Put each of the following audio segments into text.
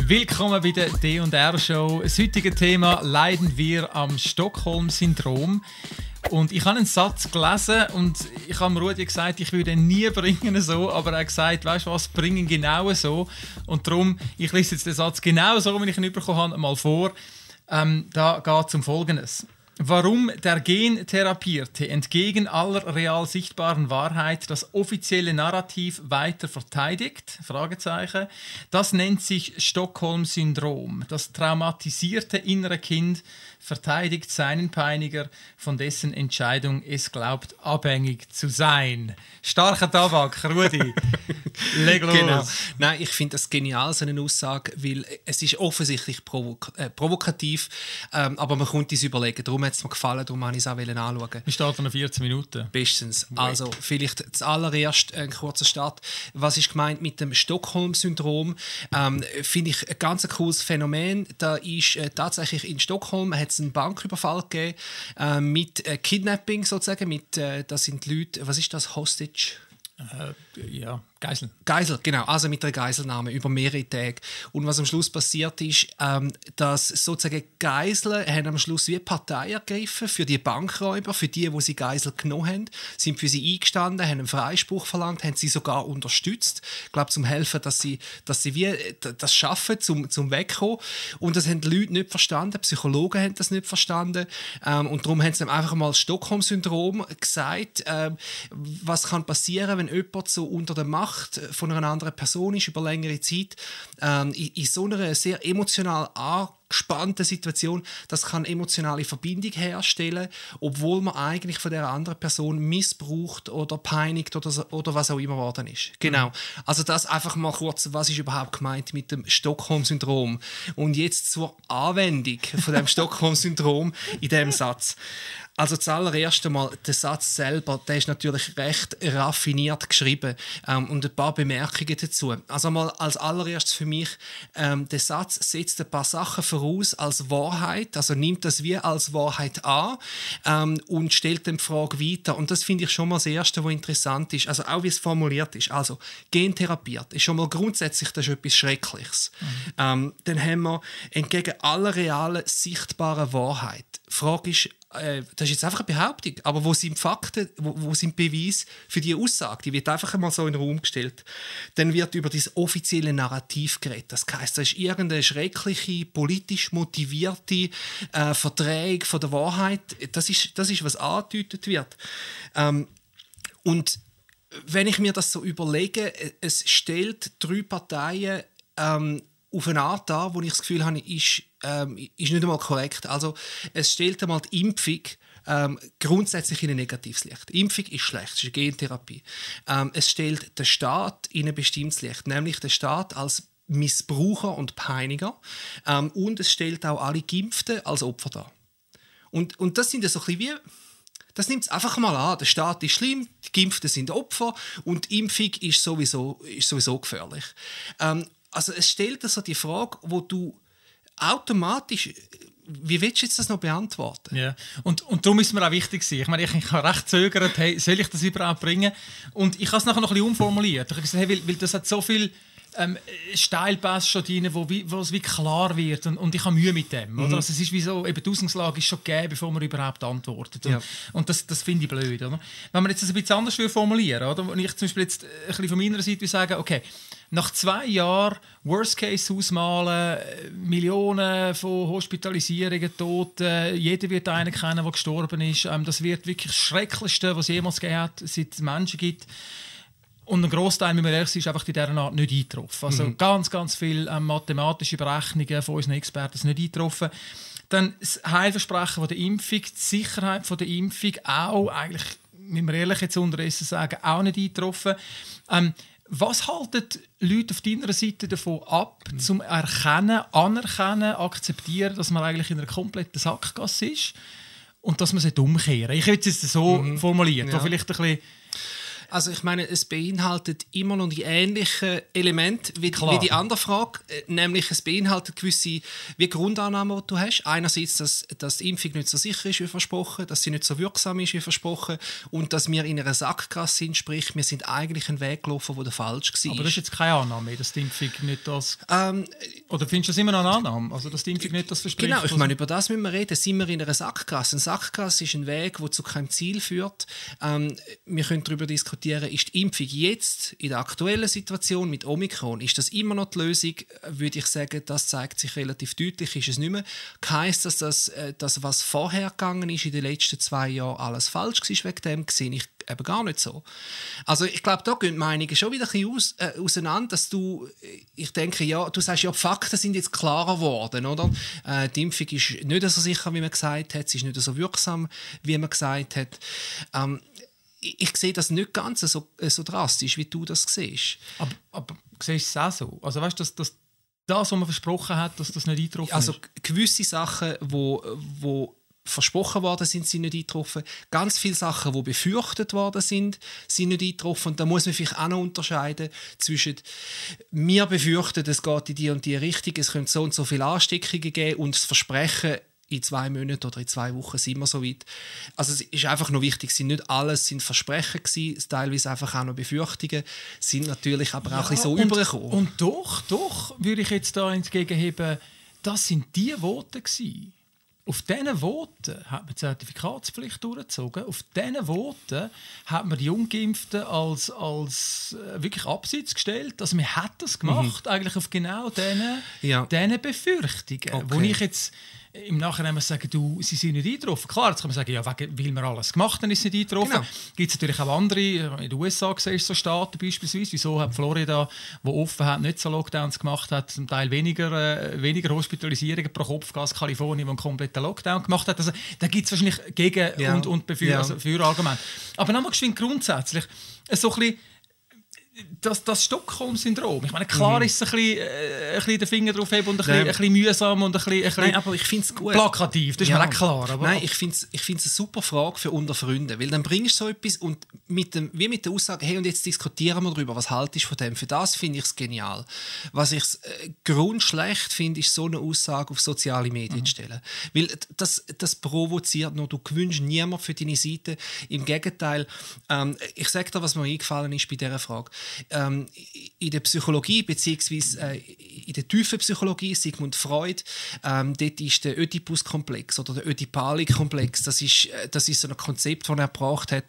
Willkommen bei der D&R-Show. Das heutige Thema: Leiden wir am Stockholm-Syndrom? Und ich habe einen Satz gelesen und ich habe Rudi gesagt, ich würde ihn nie bringen so, aber er hat gesagt, weißt du was, bringen genau so. Und darum, ich lese jetzt den Satz genau so, wie ich ihn bekommen habe, mal vor. Da geht es um Folgendes. Warum der Gentherapierte entgegen aller real sichtbaren Wahrheit das offizielle Narrativ weiter verteidigt? Fragezeichen. Das nennt sich Stockholm-Syndrom. Das traumatisierte innere Kind verteidigt seinen Peiniger, von dessen Entscheidung es glaubt, abhängig zu sein. Starker Tabak, Rudi. Leg los. Genau. Nein, ich finde das genial, so eine Aussage, weil es ist offensichtlich provokativ, aber man könnte es überlegen. Darum hat es mir gefallen, darum wollte ich es auch anschauen. Wir starten noch 14 Minuten. Bestens. Also, vielleicht zuallererst ein kurzer Start. Was ist gemeint mit dem Stockholm-Syndrom? Finde ich ein ganz cooles Phänomen. Da ist tatsächlich in Stockholm hat es einen Banküberfall gegeben mit Kidnapping sozusagen. Das sind die Leute, was ist das, Hostage? Ja, Geisel. Geisel, genau, also mit der Geiselnahme über mehrere Tage. Und was am Schluss passiert ist, dass sozusagen Geiseln haben am Schluss wie Partei ergriffen für die Bankräuber, für die sie Geisel genommen haben, sind für sie eingestanden, haben einen Freispruch verlangt, haben sie sogar unterstützt, ich glaube, zum helfen, dass sie wie das schaffen, zum Wegkommen. Und das haben die Leute nicht verstanden, Psychologen haben das nicht verstanden. Und darum haben sie einfach mal Stockholm-Syndrom gesagt, was kann passieren, wenn jemand so unter der Macht von einer anderen Person ist über längere Zeit, in so einer sehr emotional angespannten Situation, das kann emotionale Verbindung herstellen, obwohl man eigentlich von der anderen Person missbraucht oder peinigt oder was auch immer geworden ist. Genau. Also das einfach mal kurz, was ist überhaupt gemeint mit dem Stockholm-Syndrom? Und jetzt zur Anwendung von dem Stockholm-Syndrom in diesem Satz. Also zuallererst einmal, der Satz selber, der ist natürlich recht raffiniert geschrieben und ein paar Bemerkungen dazu. Also mal als allererstes für mich, der Satz setzt ein paar Sachen voraus als Wahrheit, also nimmt das wie als Wahrheit an und stellt dann die Frage weiter. Und das finde ich schon mal das Erste, was interessant ist, also auch wie es formuliert ist. Also gentherapiert ist schon mal grundsätzlich das ist etwas Schreckliches. Dann haben wir entgegen aller realen, sichtbaren Wahrheit. Die Frage ist, das ist jetzt einfach eine Behauptung, aber wo sind die Fakten, wo sind die Beweise für diese Aussage? Die wird einfach einmal so in den Raum gestellt. Dann wird über das offizielle Narrativ geredet. Das heisst, das ist irgendeine schreckliche, politisch motivierte Verdrehung von der Wahrheit. Das ist was angedeutet wird. Und wenn ich mir das so überlege, es stellt 3 Parteien auf eine Art an, wo ich das Gefühl habe, ist nicht einmal korrekt. Also, es stellt einmal die Impfung grundsätzlich in ein negatives Licht. Die Impfung ist schlecht, es ist eine Gentherapie. Es stellt den Staat in ein bestimmtes Licht, nämlich den Staat als Missbraucher und Peiniger. Und es stellt auch alle Geimpften als Opfer dar. Und das sind ja so ein bisschen wie... Das nimmt es einfach mal an. Der Staat ist schlimm, die Geimpften sind Opfer und die Impfung ist sowieso gefährlich. Also es stellt also die Frage, wo du automatisch, wie willst du jetzt das noch beantworten? Ja. Und darum ist mir auch wichtig sein. Ich meine, ich habe recht zögert, hey, soll ich das überhaupt bringen? Und ich habe es nachher noch ein bisschen umformuliert. Ich habe gesagt, hey, weil das hat so viel Steilpass schon drin, wo es wie klar wird und ich habe Mühe mit dem. Oder? Also es ist wie so, eben die Ausgangslage ist schon gegeben, bevor man überhaupt antwortet. Und das finde ich blöd. Oder? Wenn man jetzt das ein bisschen anders formulieren würde, und ich zum Beispiel jetzt ein bisschen von meiner Seite sagen, okay, nach 2 Jahren Worst Case ausmalen, Millionen von Hospitalisierungen, Toten, jeder wird einen kennen, der gestorben ist. Das wird wirklich das Schrecklichste, was es jemals gegeben hat, seit es Menschen gibt. Und ein Grossteil, wie man ehrlich ist, einfach in dieser Art nicht eingetroffen. Also ganz, ganz viele mathematische Berechnungen von unseren Experten sind nicht eingetroffen. Dann das Heilversprechen von der Impfung, die Sicherheit von der Impfung auch, eigentlich, müssen wir ehrlich jetzt unterdessen sagen, auch nicht eingetroffen. Was halten Leute auf deiner Seite davon ab, zum Erkennen, Anerkennen, Akzeptieren, dass man eigentlich in einer kompletten Sackgasse ist und dass man es umkehren? Ich will es jetzt so formulieren, ja. Vielleicht ein bisschen. Also ich meine, es beinhaltet immer noch die ähnlichen Elemente wie die andere Frage, nämlich es beinhaltet gewisse wie Grundannahmen, die du hast. Einerseits, dass die Impfung nicht so sicher ist wie versprochen, dass sie nicht so wirksam ist wie versprochen und dass wir in einer Sackgasse sind, sprich, wir sind eigentlich einen Weg gelaufen, der falsch war. Aber das ist jetzt keine Annahme, dass die Impfung nicht das... Oder findest du das immer noch eine Annahme? Also, dass die Impfung nicht das verspricht? Genau, ich meine, über das müssen wir reden. Sind wir in einer Sackgasse? Eine Sackgasse ist ein Weg, der zu keinem Ziel führt. Wir können darüber diskutieren, ist die Impfung jetzt in der aktuellen Situation mit Omikron, ist das immer noch die Lösung? Würde ich sagen, das zeigt sich relativ deutlich, ist es nicht mehr. Heisst das, dass was vorher gegangen ist in den letzten 2 Jahren, alles falsch war wegen dem? Sehe ich eben gar nicht so. Also ich glaube, da gehen die Meinungen schon wieder ein bisschen auseinander, dass ich denke, ja, du sagst ja, die Fakten sind jetzt klarer geworden, oder? Die Impfung ist nicht so sicher, wie man gesagt hat, sie ist nicht so wirksam, wie man gesagt hat. Ich sehe das nicht ganz so drastisch, wie du das siehst. Aber siehst du es auch so? Also weißt du, dass das, was man versprochen hat, dass das nicht eingetroffen ist? Also gewisse Sachen, wo versprochen worden sind nicht eingetroffen. Ganz viele Sachen, die befürchtet worden sind nicht eingetroffen. Und da muss man vielleicht auch noch unterscheiden zwischen wir befürchten, es geht in die und die Richtung, es könnte so und so viele Ansteckungen geben und das Versprechen, in 2 Monaten oder in 2 Wochen sind wir so weit. Also es ist einfach noch wichtig, nicht alles sind Versprechen gewesen, teilweise einfach auch noch Befürchtungen, sind natürlich aber auch ein bisschen so übergekommen. Und doch, würde ich jetzt da entgegenheben, das sind die Voten gewesen. Auf diesen Voten hat man die Zertifikatspflicht durchgezogen. Auf diesen Voten hat man die Ungeimpften als wirklich abseits gestellt. Also man hat das gemacht, eigentlich auf genau diesen Befürchtungen. Okay. Wo ich jetzt im Nachhinein muss sagen, sie sind nicht eingetroffen. Klar, jetzt kann man sagen, ja, weil wir alles gemacht haben, ist sie nicht eingetroffen. Genau. Gibt es natürlich auch andere, in den USA siehst du so Staaten beispielsweise, wieso hat Florida, wo offen hat, nicht so Lockdowns gemacht hat, zum Teil weniger Hospitalisierungen pro Kopf als Kalifornien, wo einen kompletten Lockdown gemacht hat. Also da gibt es wahrscheinlich Gegen- und also für Argumente. Aber nochmal geschwind grundsätzlich, so ein bisschen das Stockholm-Syndrom. Ich meine, klar ist es ein bisschen den Finger drauf heben und ein bisschen mühsam und ein bisschen Nein, aber ich finde es gut. Plakativ, das ist mir auch klar. Aber nein, ich finde es eine super Frage für unter Freunden, weil dann bringst du so etwas und mit der Aussage, hey, und jetzt diskutieren wir darüber, was haltest du von dem? Für das finde ich es genial. Was ich grundschlecht finde, ist so eine Aussage auf soziale Medien zu stellen. Weil das provoziert nur, du gewünscht niemand für deine Seite. Im Gegenteil, ich sage dir, was mir eingefallen ist bei dieser Frage. In der Psychologie, beziehungsweise in der tiefen Psychologie, Sigmund Freud, dort ist der Oedipus-Komplex oder der Oedipalik-Komplex, das ist so ein Konzept, das er gebracht hat.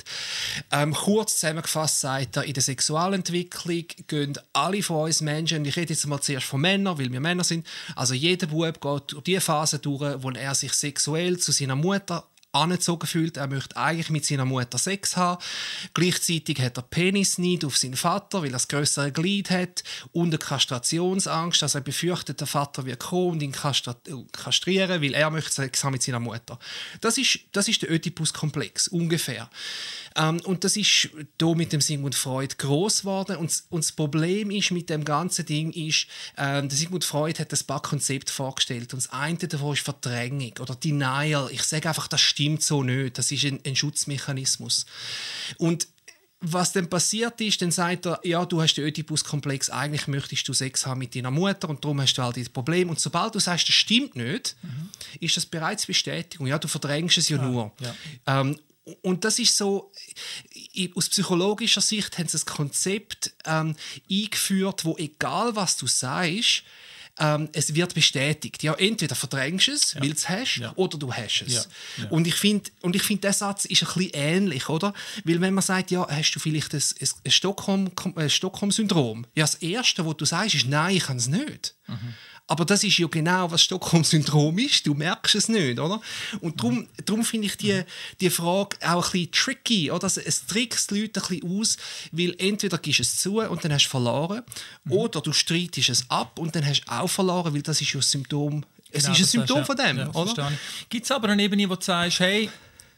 Kurz zusammengefasst sagt er, in der Sexualentwicklung gehen alle von uns Menschen, und ich rede jetzt mal zuerst von Männern, weil wir Männer sind, also jeder Bub geht durch die Phase durch, wo er sich sexuell zu seiner Mutter angezogen fühlt. Er möchte eigentlich mit seiner Mutter Sex haben. Gleichzeitig hat er Penisneid auf seinen Vater, weil er das grössere Glied hat und eine Kastrationsangst. Also er befürchtet, der Vater wird kommen und ihn kastrieren, weil er möchte Sex haben mit seiner Mutter. Das ist der Oedipus-Komplex, ungefähr. Und das ist hier mit dem Sigmund Freud gross geworden. Und das Problem ist mit dem ganzen Ding ist, der Sigmund Freud hat ein paar Konzepte vorgestellt. Und das eine davon ist Verdrängung oder Denial. Ich sage einfach, das stimmt so nicht. Das ist ein Schutzmechanismus. Und was dann passiert ist, dann sagt er, ja, du hast den Oedipus-Komplex, eigentlich möchtest du Sex haben mit deiner Mutter und darum hast du all diese Probleme. Und sobald du sagst, das stimmt nicht, ist das bereits Bestätigung. Ja, du verdrängst es ja nur. Ja. Und das ist so, aus psychologischer Sicht haben sie ein Konzept eingeführt, wo egal was du sagst, es wird bestätigt. Ja, entweder verdrängst du es, weil du es hast, oder du hast es. Ja. Ja. Und ich finde, der Satz ist ein bisschen ähnlich, oder? Weil wenn man sagt, ja, hast du vielleicht ein Stockholm-Syndrom? Ja, das Erste, was du sagst, ist, nein, ich habe es nicht. Aber das ist ja genau, was Stockholm-Syndrom ist. Du merkst es nicht, oder? Und darum finde ich die Frage auch ein bisschen tricky, oder? Es trickst die Leute ein bisschen aus, weil entweder gibst du es zu und dann hast du verloren, oder du streitest es ab und dann hast du auch verloren, weil das ist ja ein Symptom. Es ist ein Symptom von dem, oder? Gibt es aber eine Ebene, wo du sagst, hey,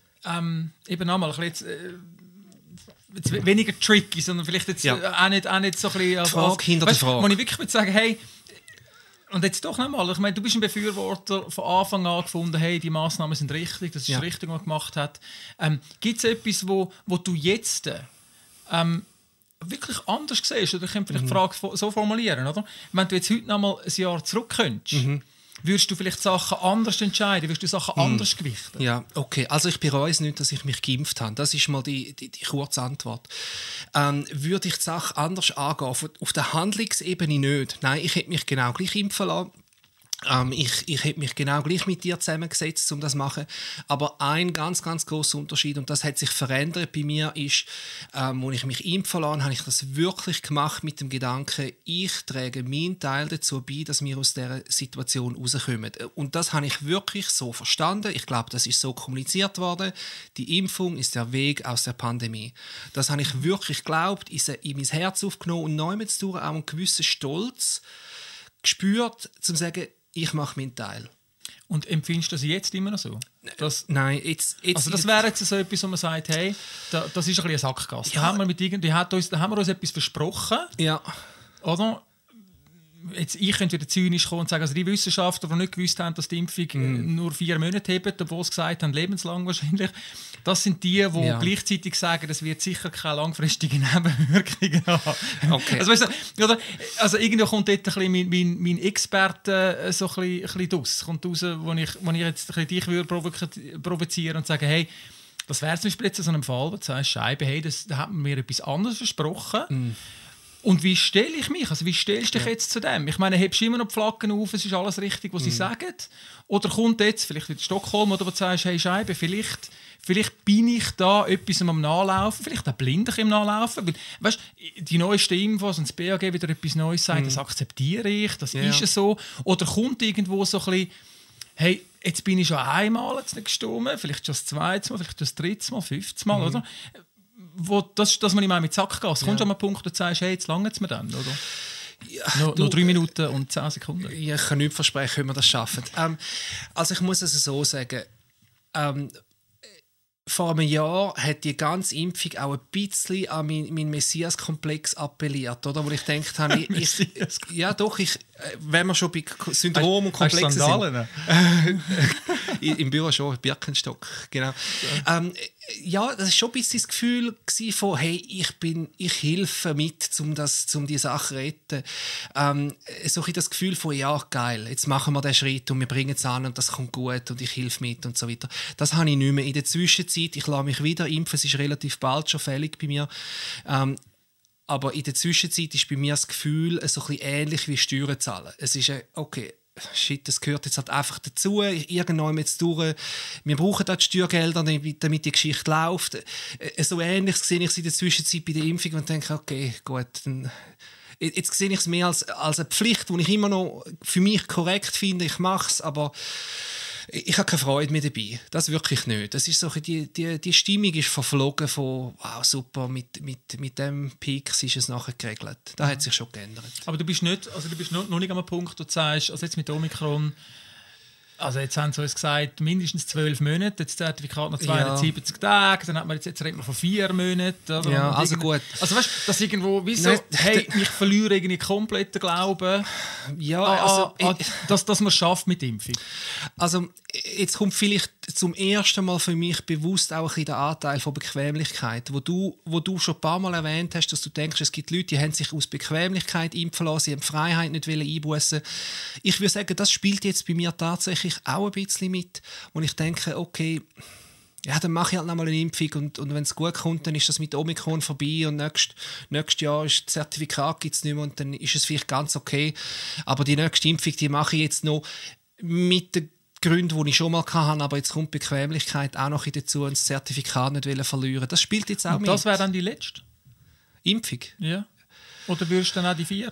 eben nochmal, jetzt weniger tricky, sondern vielleicht jetzt auch nicht so ein bisschen... Die Frage hinter der Frage. Wo ich wirklich würde sagen, hey, und jetzt doch nochmal, ich meine, du bist ein Befürworter von Anfang an gefunden, hey, die Massnahmen sind richtig, das ist das Richtige, was man gemacht hat. Gibt es etwas, wo du jetzt wirklich anders siehst? Oder ich könnte vielleicht die Frage so formulieren, oder? Wenn du jetzt heute nochmal ein Jahr zurück könntest, Würdest du vielleicht Sachen anders entscheiden? Würdest du Sachen anders gewichten? Ja, okay. Also ich bereue es nicht, dass ich mich geimpft habe. Das ist mal die kurze Antwort. Würde ich die Sache anders angehen? Auf der Handlungsebene nicht. Nein, ich hätte mich genau gleich impfen lassen. Ich hätte mich genau gleich mit dir zusammengesetzt, um das zu machen. Aber ein ganz, ganz grosser Unterschied, und das hat sich verändert bei mir, ist, als ich mich impfen lasse, habe ich das wirklich gemacht mit dem Gedanken, ich trage meinen Teil dazu bei, dass wir aus dieser Situation rauskommen. Und das habe ich wirklich so verstanden. Ich glaube, das ist so kommuniziert worden. Die Impfung ist der Weg aus der Pandemie. Das habe ich wirklich geglaubt, in mein Herz aufgenommen und neu mit auch einen gewissen Stolz gespürt, um zu sagen, ich mache meinen Teil. Und empfindest du das jetzt immer noch so? Nein, jetzt also das wäre jetzt so etwas, wo man sagt, hey, das ist ein bisschen eine Sackgasse. Ja. Da haben wir uns etwas versprochen. Ja. Oder? Jetzt, ich könnte wieder zynisch kommen und sagen, also die Wissenschaftler, die nicht gewusst haben, dass die Impfung nur 4 Monate hebt, obwohl sie gesagt haben, lebenslang wahrscheinlich, das sind die gleichzeitig sagen, es wird sicher keine langfristigen Nebenwirkungen haben. Okay. Also, weißt du, oder, also irgendwo kommt dort ein bisschen mein Experte so ein bisschen draus, kommt raus, wo ich jetzt ein bisschen dich würde provozieren und sagen, hey, das wäre zum Beispiel jetzt so einem Fall, wo du sagst, Scheibe, hey, da hat man mir etwas anderes versprochen. Und wie stelle ich mich? Also wie stellst du dich jetzt zu dem? Ich meine, hebst du immer noch die Flaggen auf, es ist alles richtig, was sie sagen? Oder kommt jetzt, vielleicht in Stockholm, oder wo du sagst, hey Scheibe, vielleicht bin ich da etwas am Nachlaufen, vielleicht auch blind im Nachlaufen. Weil, weißt, die neuesten Infos und das BAG wieder etwas Neues sagt, das akzeptiere ich, das ist es so. Oder kommt irgendwo so ein bisschen, hey, jetzt bin ich schon einmal jetzt nicht gestorben, vielleicht schon das 2. Mal, vielleicht das 3. Mal, 5. Mal, oder? Dass man nicht mehr mit Sack geht. Es kommt an einen Punkt, wo du sagst, hey, jetzt langt es mir dann, oder? Ja, noch 3 Minuten und 10 Sekunden. Ich kann nicht versprechen, ob wir das schaffen. Also ich muss es so sagen, vor einem Jahr hat die ganze Impfung auch ein bisschen an meinen Messias-Komplex appelliert, oder? Wo ich gedacht habe, wenn wir schon bei Syndrom und Komplexen sind. Im Büro schon, Birkenstock, genau. Ja, das war schon ein bisschen das Gefühl von, hey, ich helfe mit, um die Sache zu retten. So ein das Gefühl von, ja, geil, jetzt machen wir den Schritt und wir bringen es an und das kommt gut und ich helfe mit und so weiter. Das habe ich nicht mehr. In der Zwischenzeit, ich lasse mich wieder impfen, es ist relativ bald schon fällig bei mir. Aber in der Zwischenzeit ist bei mir das Gefühl so ein bisschen ähnlich wie Steuern zahlen. Es ist okay, shit, das gehört jetzt halt einfach dazu, irgendwann jetzt durch. Wir brauchen da die Steuergelder, damit die Geschichte läuft. So ähnlich sehe ich es in der Zwischenzeit bei der Impfung und denke, okay, gut, dann jetzt sehe ich es mehr als eine Pflicht, die ich immer noch für mich korrekt finde, ich mache es, aber ich habe keine Freude mehr dabei. Das wirklich nicht. Das ist so, die Stimmung ist verflogen von wow, super, mit dem Peaks ist es nachher geregelt. Das hat sich schon geändert. Aber du bist noch nicht an einem Punkt, wo du sagst, also jetzt mit Omikron, also jetzt haben sie uns gesagt, mindestens 12 Monate, das Zertifikat nach 270 Tagen, dann hat man jetzt reden wir von 4 Monaten. Oder? Ja, also gut. Also weißt du, das irgendwo, wieso, hey, ich verliere irgendwie komplett den Glauben, dass man es schafft mit Impfung. Also jetzt kommt vielleicht zum ersten Mal für mich bewusst auch ein bisschen der Anteil von Bequemlichkeit, wo du schon ein paar Mal erwähnt hast, dass du denkst, es gibt Leute, die haben sich aus Bequemlichkeit impfen lassen, sie haben die Freiheit nicht einbussen. Ich würde sagen, das spielt jetzt bei mir tatsächlich auch ein bisschen mit, wo ich denke, okay, ja, dann mache ich halt nochmal eine Impfung und wenn es gut kommt, dann ist das mit Omikron vorbei und nächstes Jahr ist das Zertifikat gibt's nicht mehr und dann ist es vielleicht ganz okay. Aber die nächste Impfung, die mache ich jetzt noch mit den Gründen, die ich schon mal hatte, aber jetzt kommt Bequemlichkeit auch noch dazu und das Zertifikat nicht verlieren. Das spielt jetzt auch und mit. Das wäre dann die letzte? Impfung? Ja. Oder würdest du dann auch die 4?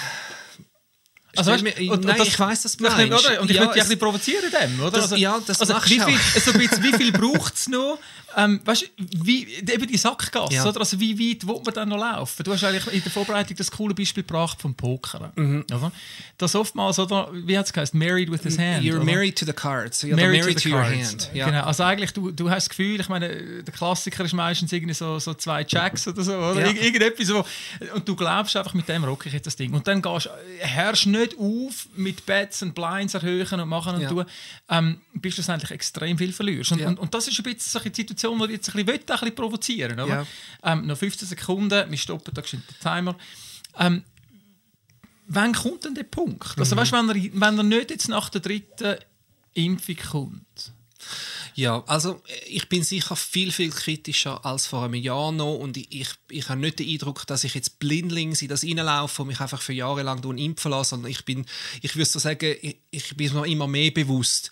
Also, nein, ich weiss, dass du meinst. Und ich möchte dich ein bisschen provozieren dem, oder? Das machst du auch. Wie viel braucht es noch? Weißt du, eben die Sackgasse, ja. Oder? Also wie weit will man dann noch laufen? Du hast eigentlich in der Vorbereitung das coole Beispiel gebracht vom Poker. Oder? Das oftmals, oder, wie hat es geheißen? Married with his hand. You're oder? married to the cards. You're married to your hand. Ja. Genau. Also eigentlich, du hast das Gefühl, ich meine, der Klassiker ist meistens irgendwie so 2 Jacks oder so, oder? Ja. Irgendetwas, und du glaubst einfach, mit dem rock ich jetzt das Ding. Und dann hörst du nicht auf mit Bets und Blinds erhöhen und machen und tun, bis du schlussendlich extrem viel verlierst. Und das ist ein bisschen so eine Situation, die ich jetzt ein bisschen provozieren will. Noch 15 Sekunden, wir stoppen da den Timer. wann kommt denn der Punkt? Also weißt, wenn er nicht jetzt nach der 3. Impfung kommt? Ja, also ich bin sicher viel, viel kritischer als vor einem Jahr noch und ich habe nicht den Eindruck, dass ich jetzt blindlings in das reinlaufe und mich einfach für Jahre lang impfen lasse, sondern ich würde so sagen, ich bin mir immer mehr bewusst,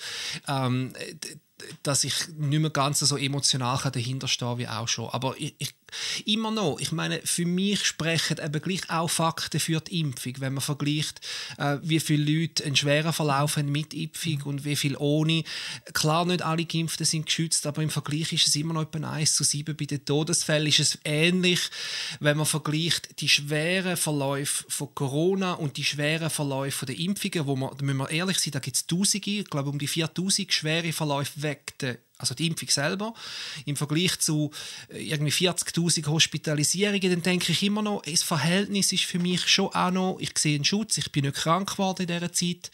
dass ich nicht mehr ganz so emotional dahinter stehe wie auch schon. Aber immer noch, ich meine, für mich sprechen eben gleich auch Fakten für die Impfung, wenn man vergleicht, wie viele Leute einen schweren Verlauf haben mit Impfung und wie viele ohne. Klar, nicht alle Geimpften sind geschützt, aber im Vergleich ist es immer noch etwa 1:7. Bei den Todesfällen ist es ähnlich, wenn man vergleicht die schweren Verläufe von Corona und die schweren Verläufe der Impfungen, wo da müssen wir ehrlich sein, da gibt es Tausende, ich glaube um die 4'000 schwere Verläufe weg, also die Impfung selber, im Vergleich zu irgendwie 40'000 Hospitalisierungen, dann denke ich immer noch, das Verhältnis ist für mich schon auch noch, ich sehe einen Schutz, ich bin nicht krank geworden in dieser Zeit.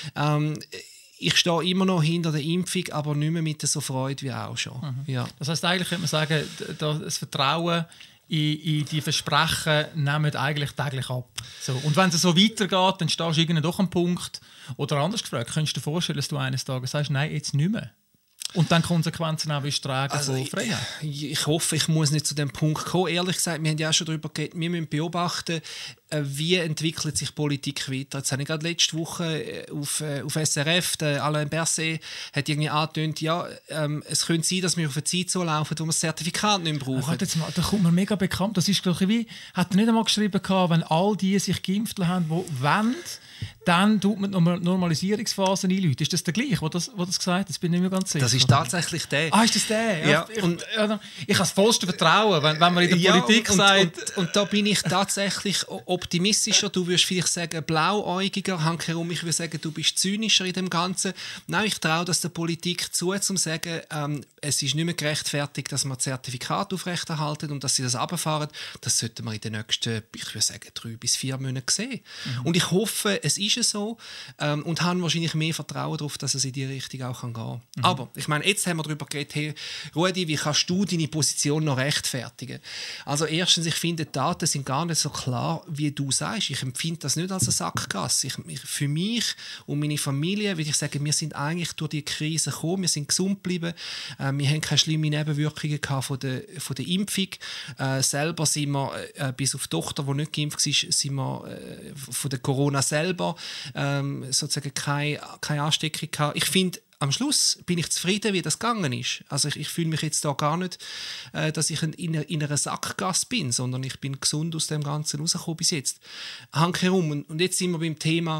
Ich stehe immer noch hinter der Impfung, aber nicht mehr mit so Freude wie auch schon. Ja. Das heisst, eigentlich könnte man sagen, das Vertrauen in die Versprechen nehmen eigentlich täglich ab. So. Und wenn es so weitergeht, dann stehst du irgendwie doch am Punkt. Oder anders gefragt, könntest du dir vorstellen, dass du eines Tages sagst, nein, jetzt nicht mehr? Und dann Konsequenzen auch tragen von Freiheit. Ich hoffe, ich muss nicht zu dem Punkt kommen. Ehrlich gesagt, wir haben ja auch schon darüber geredet, wir müssen beobachten, wie entwickelt sich Politik weiter. Jetzt habe ich gerade letzte Woche auf SRF, der Alain Berset hat irgendwie angetönt, ja, es könnte sein, dass wir auf eine Zeit so laufen, wo wir das Zertifikat nicht mehr brauchen. Warte jetzt mal, da kommt mir mega bekannt. Das ist, glaube ich, wie, hat er nicht einmal geschrieben, wenn all die sich geimpft haben, die wollen, dann tut man die Normalisierungsphase einläuten. Ist das der gleiche, der das gesagt hat? Das bin ich mir ganz sicher. Das ist tatsächlich der. Ah, ist das der? Ja. Ich habe das vollste Vertrauen, wenn man in der Politik sagt... Und da bin ich tatsächlich optimistischer. Du würdest vielleicht sagen, blauäugiger. Handherum, ich würde sagen, du bist zynischer in dem Ganzen. Nein, ich traue das der Politik zu, um zu sagen, es ist nicht mehr gerechtfertigt, dass man Zertifikat aufrechterhalten und dass sie das runterfahren. Das sollten wir in den nächsten, ich würde sagen, 3 bis 4 Monaten sehen. Und ich hoffe, es ist so und haben wahrscheinlich mehr Vertrauen darauf, dass es in diese Richtung auch gehen kann. Aber ich meine, jetzt haben wir darüber geredet, hey, Rudi, wie kannst du deine Position noch rechtfertigen? Also erstens, ich finde, die Daten sind gar nicht so klar, wie du sagst. Ich empfinde das nicht als eine Sackgasse. Für mich und meine Familie würde ich sagen, wir sind eigentlich durch die Krise gekommen, wir sind gesund geblieben, wir haben keine schlimmen Nebenwirkungen gehabt von der Impfung. Selber sind wir, bis auf die Tochter, die nicht geimpft war, sind wir von der Corona selber sozusagen keine Ansteckung gehabt. Ich finde, am Schluss bin ich zufrieden, wie das gegangen ist. Also ich fühle mich jetzt da gar nicht, dass ich in einer Sackgasse bin, sondern ich bin gesund aus dem Ganzen rausgekommen bis jetzt. Handherum. Und jetzt sind wir beim Thema,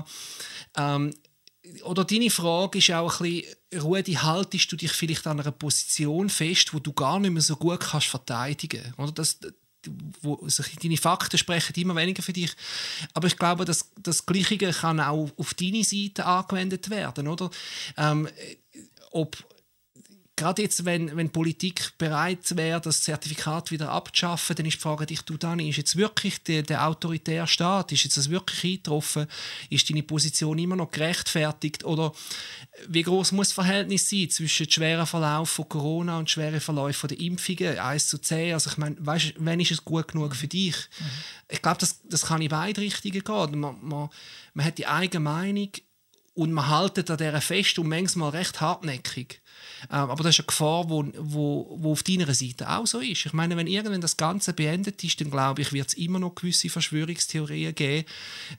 oder deine Frage ist auch ein bisschen, Rudi, haltest du dich vielleicht an einer Position fest, wo du gar nicht mehr so gut kannst verteidigen? Oder deine Fakten sprechen immer weniger für dich. Aber ich glaube, dass das Gleiche kann auch auf deine Seite angewendet werden, oder? Gerade jetzt, wenn Politik bereit wäre, das Zertifikat wieder abzuschaffen, dann ist die Frage, Dani, ist jetzt wirklich der autoritäre Staat, ist jetzt das wirklich eingetroffen? Ist deine Position immer noch gerechtfertigt? Oder wie groß muss das Verhältnis sein zwischen schweren Verlauf von Corona und schweren Verlauf von der Impfungen? 1:10. Also ich meine, weißt, wann ist es gut genug für dich? Ich glaube, das kann in beide Richtungen gehen. Man hat die eigene Meinung und man hält an dieser fest und manchmal recht hartnäckig. Aber das ist eine Gefahr, die auf deiner Seite auch so ist. Ich meine, wenn irgendwann das Ganze beendet ist, dann glaube ich, wird es immer noch gewisse Verschwörungstheorien geben,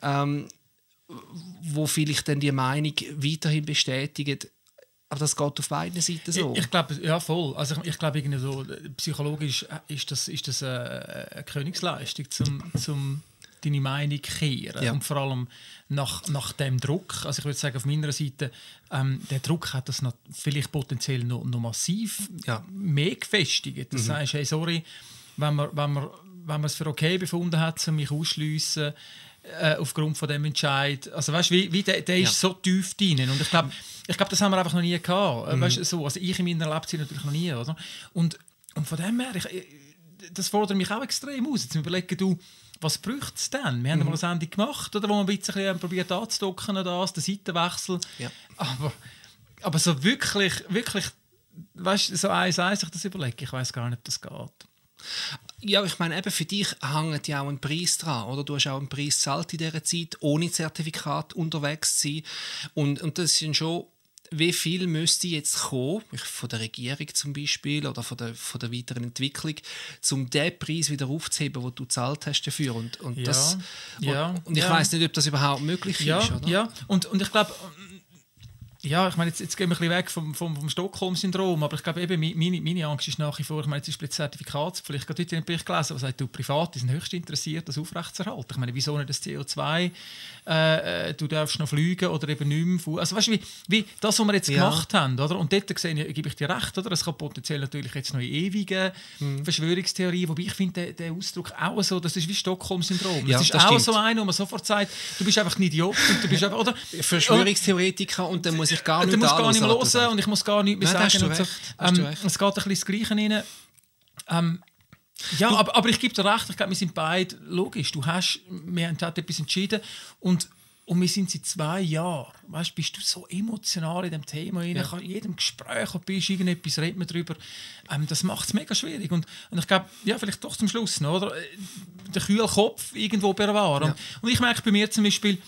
wo vielleicht dann die Meinung weiterhin bestätigen. Aber das geht auf beiden Seiten so. Ich glaube, ja, voll. Also ich glaube, irgendwie so, psychologisch ist das eine Königsleistung, zum deine Meinung kehren. Ja. Und vor allem nach dem Druck. Also ich würde sagen, auf meiner Seite, der Druck hat das noch vielleicht potenziell noch massiv mehr gefestigt. Das heißt, hey, sorry, wenn man es für okay befunden hat, mich ausschliessen aufgrund von dem Entscheid. Also weißt, wie der ist so tief drin. Und ich glaube, das haben wir einfach noch nie gehabt. Weißt, so, also ich in meiner Lebzeit natürlich noch nie. Oder? Und von dem her, das fordert mich auch extrem aus. Jetzt überlegen du, was bräuchte es denn? Wir haben mal eine Sendung gemacht, oder, wo man ein bisschen probiert anzudocken, den Seitenwechsel. Ja. Aber so wirklich, weißt, so eins sich das überlegen, ich weiß gar nicht, ob das geht. Ja, ich meine, eben für dich hängt ja auch ein Preis dran, oder? Du hast auch einen Preis gezahlt in dieser Zeit, ohne Zertifikat unterwegs zu sein. Und das ist schon, wie viel müsste jetzt kommen, von der Regierung zum Beispiel oder von der weiteren Entwicklung, um den Preis wieder aufzuheben, den du gezahlt hast dafür. Und ich weiss nicht, ob das überhaupt möglich ist, oder? Ja, und ich glaube, ja, ich meine, jetzt gehen wir ein bisschen weg vom Stockholm-Syndrom, aber ich glaube eben, meine Angst ist nach wie vor, ich meine, jetzt ist die Zertifikatspflicht, gerade heute in den Bericht gelesen, was sagt, du Private sind höchst interessiert, das aufrechtzuerhalten. Ich meine, wieso nicht das CO2, du darfst noch fliegen oder eben nicht mehr. Also weißt du, wie das, was wir jetzt gemacht haben, oder? Und dort gebe ich dir recht, oder? Es kann potenziell natürlich jetzt noch in ewige Verschwörungstheorie, wobei ich finde, der Ausdruck auch so, das ist wie Stockholm-Syndrom. Ja, das ist auch stimmt. So einer, wo man sofort sagt, du bist einfach ein Idiot und du bist einfach, oder? Verschwörungstheoretiker und dann muss ich gar nicht mehr hören und ich muss gar nichts mehr sagen. Und so. Es geht ein bisschen ins Gleiche rein. Ja, aber ich gebe dir recht, ich glaube, wir sind beide logisch. Wir haben etwas entschieden und wir sind seit 2 Jahren. Weißt, bist du so emotional in dem Thema rein? In jedem Gespräch, wo du bist, irgendetwas redet man darüber. Das macht es mega schwierig. Und ich glaube, ja, vielleicht doch zum Schluss noch, oder? Der kühle Kopf irgendwo bewahren. Ja. Und ich merke bei mir zum Beispiel,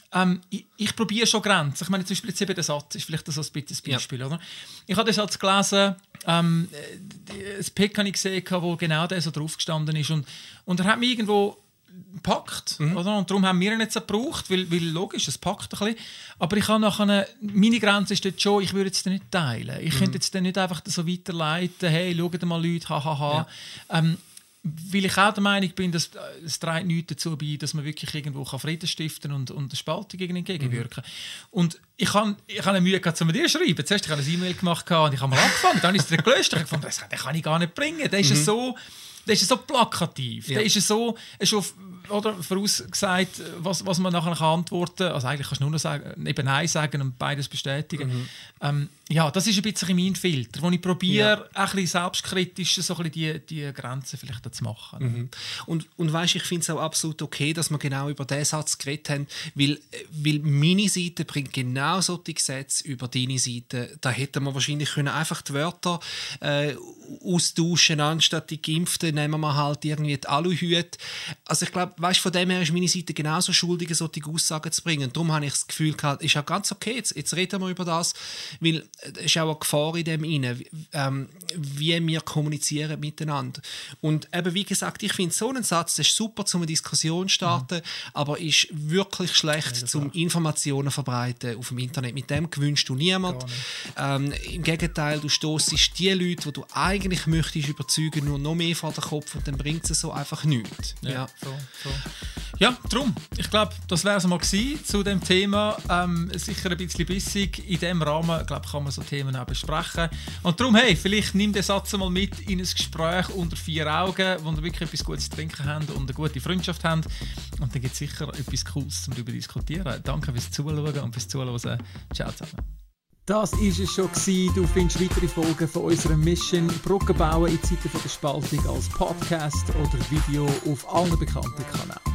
ich probiere schon Grenzen. Ich meine, zum Beispiel jetzt eben der Satz ist vielleicht so ein Beispiel. Ja. Oder? Ich habe den Satz gelesen, ein Pick habe ich gesehen, wo genau der so drauf gestanden ist. Und er hat mich irgendwo gepackt. Oder? Und darum haben wir ihn jetzt gebraucht, weil logisch, es packt ein bisschen. Aber ich habe nachher, meine Grenze ist dort schon, ich würde jetzt nicht teilen. Ich könnte jetzt nicht einfach so weiterleiten, hey, schaut mal Leute, hahaha. Ja. Weil ich auch der Meinung bin, dass es trägt nichts dazu bei, dass man wirklich irgendwo Frieden stiften und der Spaltung entgegenwirken kann. Und ich habe eine Mühe gehabt, zu dir zu schreiben. Zuerst habe ich eine E-Mail gemacht und ich habe mal angefangen. Dann ist es gelöscht. Ich fand, den kann ich gar nicht bringen. Der ist so plakativ. Ja. Der ist so schon vorausgesagt, was man nachher antworten kann. Also eigentlich kannst du nur noch sagen, eben Nein sagen und beides bestätigen. Ja, das ist ein bisschen mein Filter, wo ich probiere, ein bisschen selbstkritisch so ein bisschen die Grenzen vielleicht zu machen. Und weißt, ich finde es auch absolut okay, dass wir genau über diesen Satz geredet haben, weil meine Seite bringt genau solche Gesetze über deine Seite. Da hätten wir wahrscheinlich können einfach die Wörter austauschen, anstatt die Geimpften nehmen wir halt irgendwie die Aluhüte. Also ich glaube, weißt, von dem her ist meine Seite genauso schuldig, solche Aussagen zu bringen. Darum habe ich das Gefühl gehabt, ist auch ganz okay, jetzt reden wir über das, weil es ist auch eine Gefahr in dem rein, wie wir kommunizieren miteinander. Und eben, wie gesagt, ich finde so einen Satz, das ist super, um eine Diskussion zu starten, aber ist wirklich schlecht, um Informationen zu verbreiten auf dem Internet. Mit dem gewünscht du niemand. Im Gegenteil, du stossest die Leute, die du eigentlich möchtest überzeugen, nur noch mehr vor den Kopf und dann bringt es so einfach nichts. Ja, so. Ja, darum. Ich glaube, das wäre es mal gewesen zu dem Thema. Sicher ein bisschen bissig. In diesem Rahmen, glaube, kann man so Themen auch besprechen. Und darum, hey, vielleicht nimm den Satz mal mit in ein Gespräch unter 4 Augen, wo ihr wirklich etwas Gutes zu trinken habt und eine gute Freundschaft habt. Und dann gibt es sicher etwas Cooles, um darüber zu diskutieren. Danke fürs Zuschauen und fürs Zuhören. Ciao zusammen. Das war es schon. Du findest weitere Folgen von unserer Mission Brücken bauen in Zeiten der Spaltung als Podcast oder Video auf allen bekannten Kanälen.